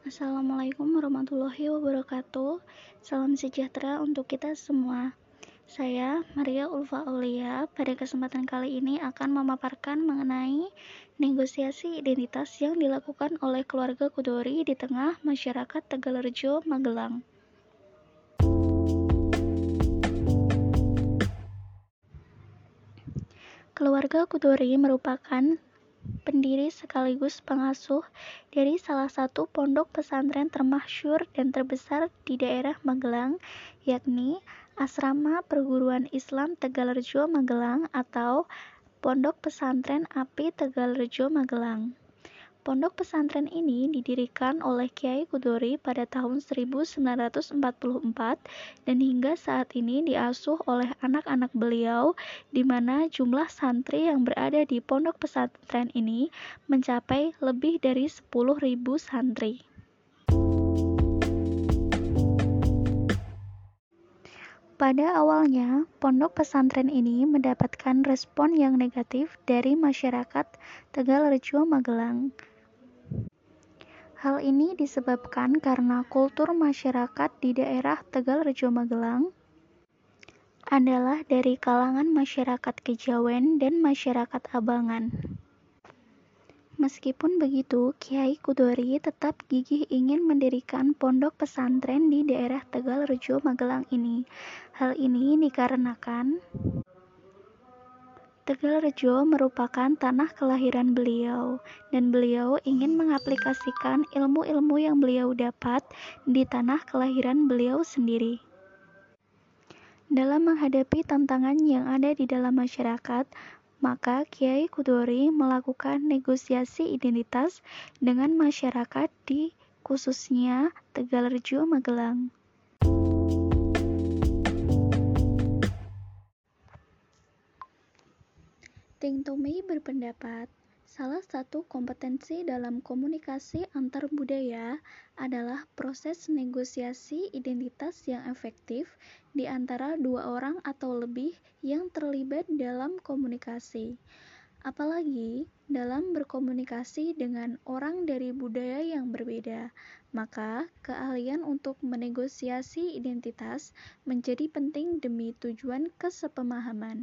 Assalamualaikum warahmatullahi wabarakatuh. Salam sejahtera untuk kita semua. Saya, Maria Ulfa Aulia, pada kesempatan kali ini akan memaparkan mengenai negosiasi identitas yang dilakukan oleh keluarga Kudori di tengah masyarakat Tegalrejo, Magelang. Keluarga Kudori merupakan pendiri sekaligus pengasuh dari salah satu pondok pesantren termasyhur dan terbesar di daerah Magelang, yakni Asrama Perguruan Islam Tegalrejo Magelang atau Pondok Pesantren Api Tegalrejo Magelang. Pondok pesantren ini didirikan oleh Kyai Kudori pada tahun 1944 dan hingga saat ini diasuh oleh anak-anak beliau, di mana jumlah santri yang berada di pondok pesantren ini mencapai lebih dari 10.000 santri. Pada awalnya, pondok pesantren ini mendapatkan respon yang negatif dari masyarakat Tegalrejo Magelang. Hal ini disebabkan karena kultur masyarakat di daerah Tegalrejo Magelang adalah dari kalangan masyarakat Kejawen dan masyarakat Abangan. Meskipun begitu, Kyai Kudori tetap gigih ingin mendirikan pondok pesantren di daerah Tegalrejo Magelang ini. Hal ini dikarenakan Tegalrejo merupakan tanah kelahiran beliau, dan beliau ingin mengaplikasikan ilmu-ilmu yang beliau dapat di tanah kelahiran beliau sendiri. Dalam menghadapi tantangan yang ada di dalam masyarakat, maka Kyai Kudori melakukan negosiasi identitas dengan masyarakat di khususnya Tegalrejo Magelang. Ting Tomei berpendapat, salah satu kompetensi dalam komunikasi antar budaya adalah proses negosiasi identitas yang efektif di antara dua orang atau lebih yang terlibat dalam komunikasi. Apalagi dalam berkomunikasi dengan orang dari budaya yang berbeda, maka keahlian untuk menegosiasi identitas menjadi penting demi tujuan kesepemahaman.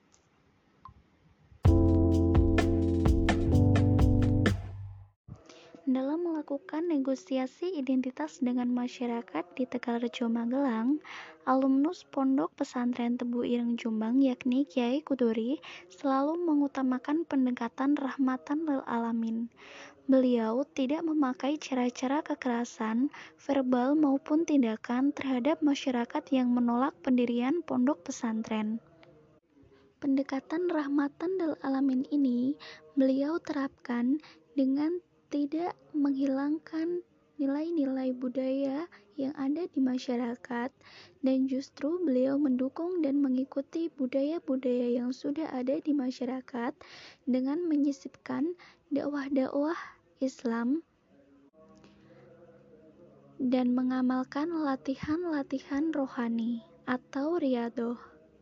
Dalam melakukan negosiasi identitas dengan masyarakat di Tegalrejo Magelang, alumnus Pondok Pesantren Tebu Ireng Jombang yakni Kyai Kudori selalu mengutamakan pendekatan rahmatan lil alamin. Beliau tidak memakai cara-cara kekerasan, verbal maupun tindakan terhadap masyarakat yang menolak pendirian pondok pesantren. Pendekatan rahmatan lil alamin ini beliau terapkan dengan tidak menghilangkan nilai-nilai budaya yang ada di masyarakat, dan justru beliau mendukung dan mengikuti budaya-budaya yang sudah ada di masyarakat dengan menyisipkan dakwah-dakwah Islam dan mengamalkan latihan-latihan rohani atau riyadhah.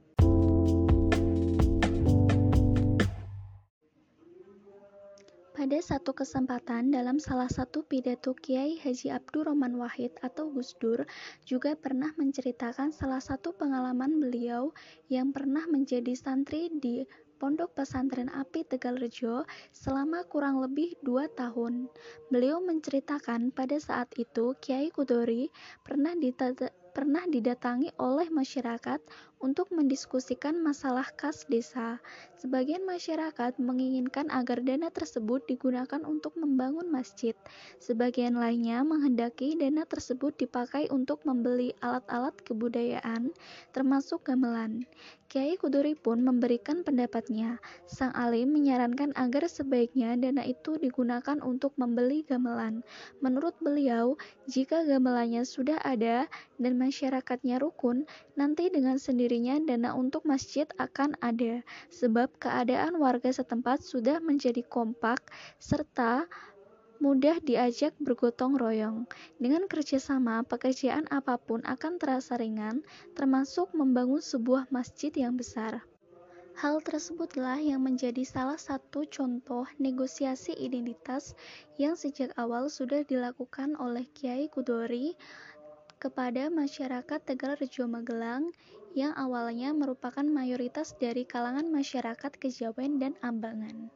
Pada satu kesempatan dalam salah satu pidato Kiai Haji Abdurrahman Wahid atau Gus Dur juga pernah menceritakan salah satu pengalaman beliau yang pernah menjadi santri di Pondok Pesantren Api Tegalrejo selama kurang lebih 2 tahun. Beliau menceritakan pada saat itu Kyai Kudori pernah didatangi oleh masyarakat untuk mendiskusikan masalah kas desa. Sebagian masyarakat menginginkan agar dana tersebut digunakan untuk membangun masjid. Sebagian lainnya menghendaki dana tersebut dipakai untuk membeli alat-alat kebudayaan, termasuk gamelan. Kyai Kudori pun memberikan pendapatnya. Sang alim menyarankan agar sebaiknya dana itu digunakan untuk membeli gamelan. Menurut beliau, jika gamelannya sudah ada dan masyarakatnya rukun, nanti dengan sendirinya dana untuk masjid akan ada, sebab keadaan warga setempat sudah menjadi kompak serta mudah diajak bergotong royong. Dengan kerjasama, pekerjaan apapun akan terasa ringan, termasuk membangun sebuah masjid yang besar. Hal tersebutlah yang menjadi salah satu contoh negosiasi identitas yang sejak awal sudah dilakukan oleh Kyai Kudori kepada masyarakat Tegalrejo Magelang yang awalnya merupakan mayoritas dari kalangan masyarakat Kejawen dan Ambangan.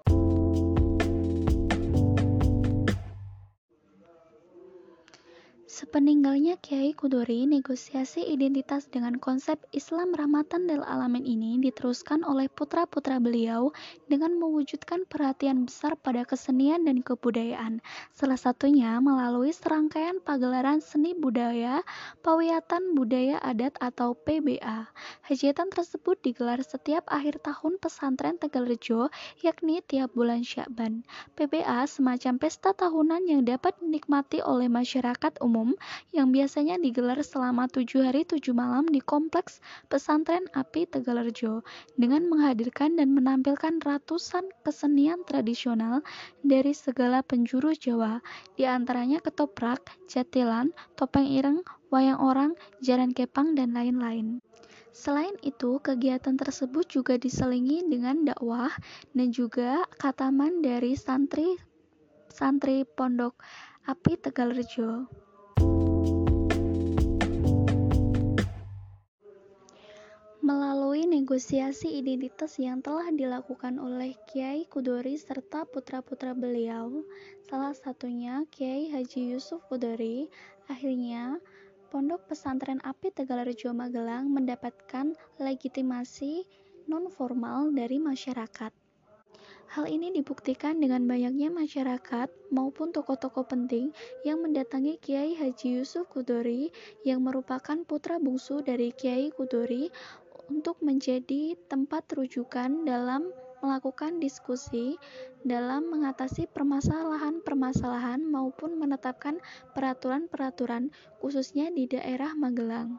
Sepeninggalnya Kyai Kudori, negosiasi identitas dengan konsep Islam Rahmatan lil Alamin ini diteruskan oleh putra-putra beliau dengan mewujudkan perhatian besar pada kesenian dan kebudayaan. Salah satunya melalui serangkaian pagelaran seni budaya Pawiyatan Budaya Adat atau PBA. Hajatan tersebut digelar setiap akhir tahun pesantren Tegalrejo, yakni tiap bulan Sya'ban. PBA semacam pesta tahunan yang dapat dinikmati oleh masyarakat umum yang biasanya digelar selama 7 hari 7 malam di Kompleks Pesantren Api Tegalrejo dengan menghadirkan dan menampilkan ratusan kesenian tradisional dari segala penjuru Jawa, di antaranya ketoprak, jatilan, topeng ireng, wayang orang, jaran kepang, dan lain-lain. Selain itu, kegiatan tersebut juga diselingi dengan dakwah dan juga khataman dari santri Pondok Api Tegalrejo. Melalui negosiasi identitas yang telah dilakukan oleh Kyai Kudori serta putra-putra beliau, salah satunya Kyai Haji Yusuf Kudori, akhirnya Pondok Pesantren Api Tegalrejo Magelang mendapatkan legitimasi non-formal dari masyarakat. Hal ini dibuktikan dengan banyaknya masyarakat maupun tokoh-tokoh penting yang mendatangi Kyai Haji Yusuf Kudori yang merupakan putra bungsu dari Kyai Kudori untuk menjadi tempat rujukan dalam melakukan diskusi dalam mengatasi permasalahan-permasalahan maupun menetapkan peraturan-peraturan khususnya di daerah Magelang.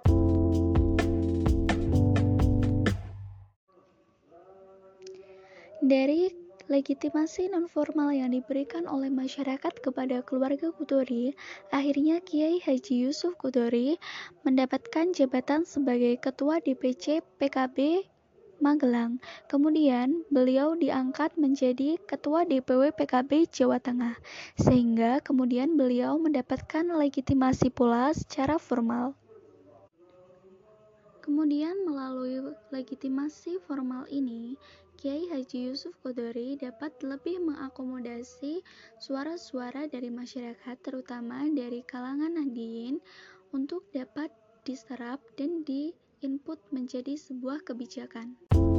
Dari legitimasi non-formal yang diberikan oleh masyarakat kepada keluarga Kudori, akhirnya Kyai Haji Yusuf Kudori mendapatkan jabatan sebagai Ketua DPC PKB Magelang. Kemudian beliau diangkat menjadi Ketua DPW PKB Jawa Tengah, sehingga kemudian beliau mendapatkan legitimasi pula secara formal. Kemudian melalui legitimasi formal ini, Kyai Haji Yusuf Kudori dapat lebih mengakomodasi suara-suara dari masyarakat, terutama dari kalangan Nahdiyin, untuk dapat diserap dan diinput menjadi sebuah kebijakan.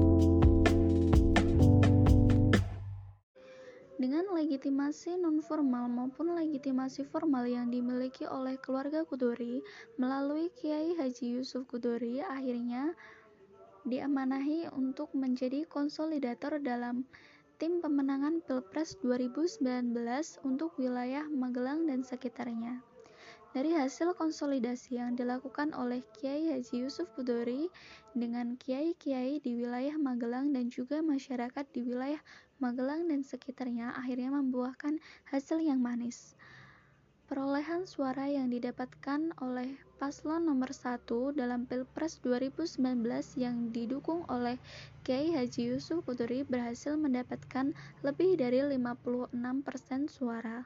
Dengan legitimasi non-formal maupun legitimasi formal yang dimiliki oleh keluarga Kudori melalui Kyai Haji Yusuf Kudori, akhirnya diamanahi untuk menjadi konsolidator dalam tim pemenangan Pilpres 2019 untuk wilayah Magelang dan sekitarnya. Dari hasil konsolidasi yang dilakukan oleh Kyai Haji Yusuf Kudori dengan kiai-kiai di wilayah Magelang dan juga masyarakat di wilayah Magelang dan sekitarnya akhirnya membuahkan hasil yang manis. Perolehan suara yang didapatkan oleh paslon nomor 1 dalam Pilpres 2019 yang didukung oleh Kyai Haji Yusuf Kudori berhasil mendapatkan lebih dari 56% suara.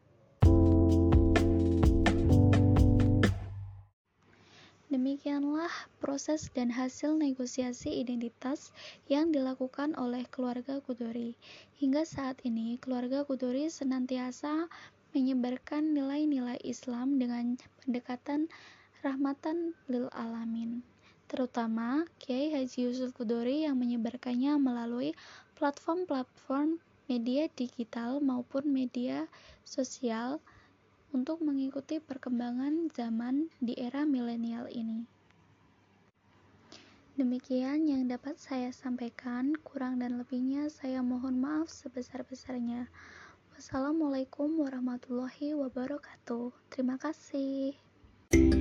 Demikianlah proses dan hasil negosiasi identitas yang dilakukan oleh keluarga Kudori. Hingga saat ini, keluarga Kudori senantiasa menyebarkan nilai-nilai Islam dengan pendekatan rahmatan lil alamin. Terutama Kyai Haji Yusuf Kudori yang menyebarkannya melalui platform-platform media digital maupun media sosial untuk mengikuti perkembangan zaman di era milenial ini. Demikian yang dapat saya sampaikan, kurang dan lebihnya saya mohon maaf sebesar-besarnya. Wassalamualaikum warahmatullahi wabarakatuh. Terima kasih.